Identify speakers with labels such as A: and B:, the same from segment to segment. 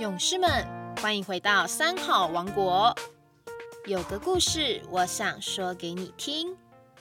A: 勇士们，欢迎回到三好王国。有个故事，我想说给你听。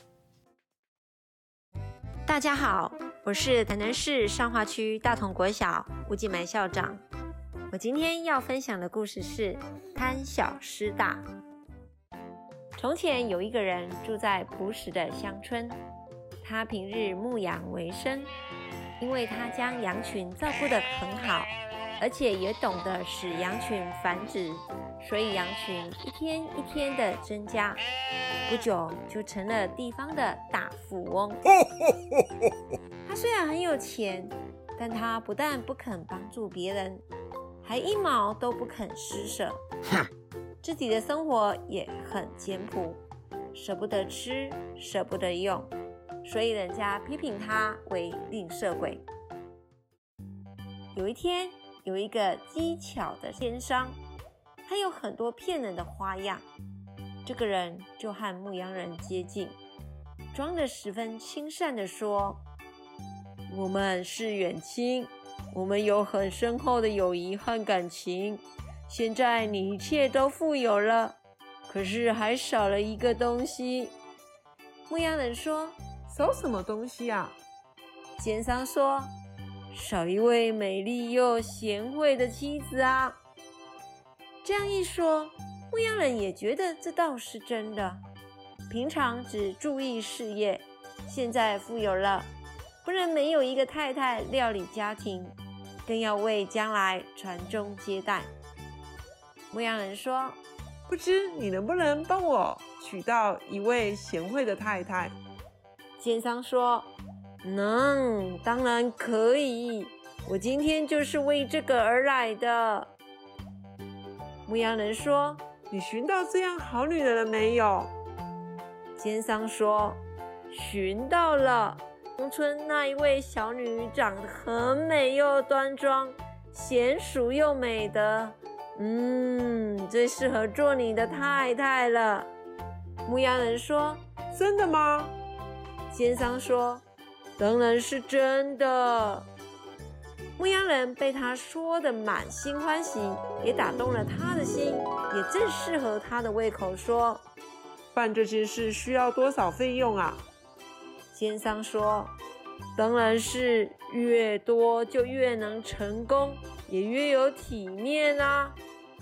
B: 大家好，我是台南市上华区大同国小吴锦梅校长。我今天要分享的故事是贪小失大。从前有一个人住在朴实的乡村，他平日牧羊为生，因为他将羊群照顾得很好，而且也懂得使羊群繁殖，所以羊群一天一天的增加，不久就成了地方的大富翁。他虽然很有钱，但他不但不肯帮助别人，还一毛都不肯施舍，自己的生活也很简朴，舍不得吃，舍不得用，所以人家批评他为吝啬鬼。有一天，有一个机巧的奸商，他有很多骗人的花样。这个人就和牧羊人接近，装得十分亲善地说：我们是远亲，我们有很深厚的友谊和感情。现在你一切都富有了，可是还少了一个东西。牧羊人说：
C: 少什么东西啊？
B: 奸商说：少一位美丽又贤惠的妻子啊。这样一说，牧羊人也觉得这倒是真的。平常只注意事业，现在富有了，不能没有一个太太料理家庭，更要为将来传宗接代。牧羊人说：
C: 不知你能不能帮我娶到一位贤惠的太太？
B: 奸商说：能，当然可以，我今天就是为这个而来的。牧羊人说：
C: 你寻到这样好女人了没有？
B: 奸商说：寻到了，农村那一位小女长得很美又端庄，娴熟又美德，最适合做你的太太了。牧羊人说：
C: 真的吗？
B: 奸商说：当然是真的。牧羊人被他说得满心欢喜，也打动了他的心，也正适合他的胃口，说：
C: 办这件事需要多少费用啊？
B: 奸商说：当然是越多就越能成功，也越有体面啊。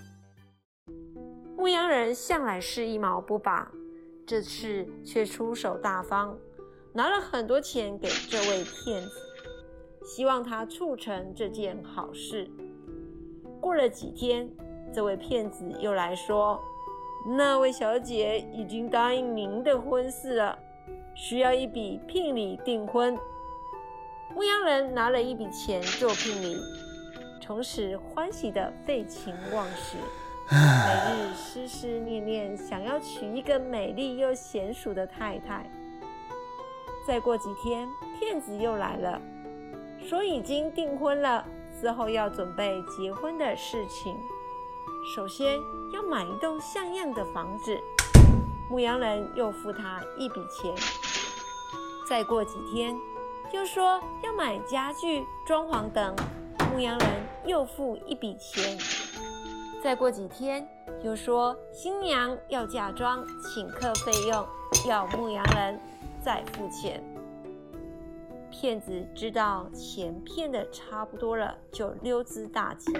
B: 牧羊人向来是一毛不拔，这次却出手大方，拿了很多钱给这位骗子，希望他促成这件好事。过了几天，这位骗子又来说：那位小姐已经答应您的婚事了，需要一笔聘礼订婚。牧羊人拿了一笔钱做聘礼，从此欢喜的废寝忘食，每日思思念念想要娶一个美丽又娴熟的太太。再过几天，骗子又来了，说已经订婚了，之后要准备结婚的事情，首先要买一栋像样的房子。牧羊人又付他一笔钱。再过几天，又说要买家具、装潢等，牧羊人又付一笔钱。再过几天，又说新娘要嫁妆，请客费用要牧羊人再付钱。骗子知道钱骗得差不多了，就溜之大吉。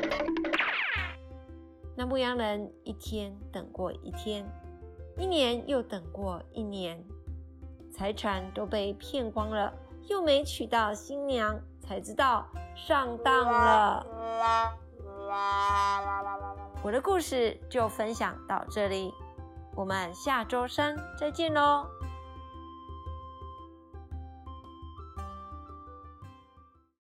B: 那牧羊人一天等过一天，一年又等过一年，财产都被骗光了，又没娶到新娘，才知道上当了。我的故事就分享到这里，我们下周三再见咯。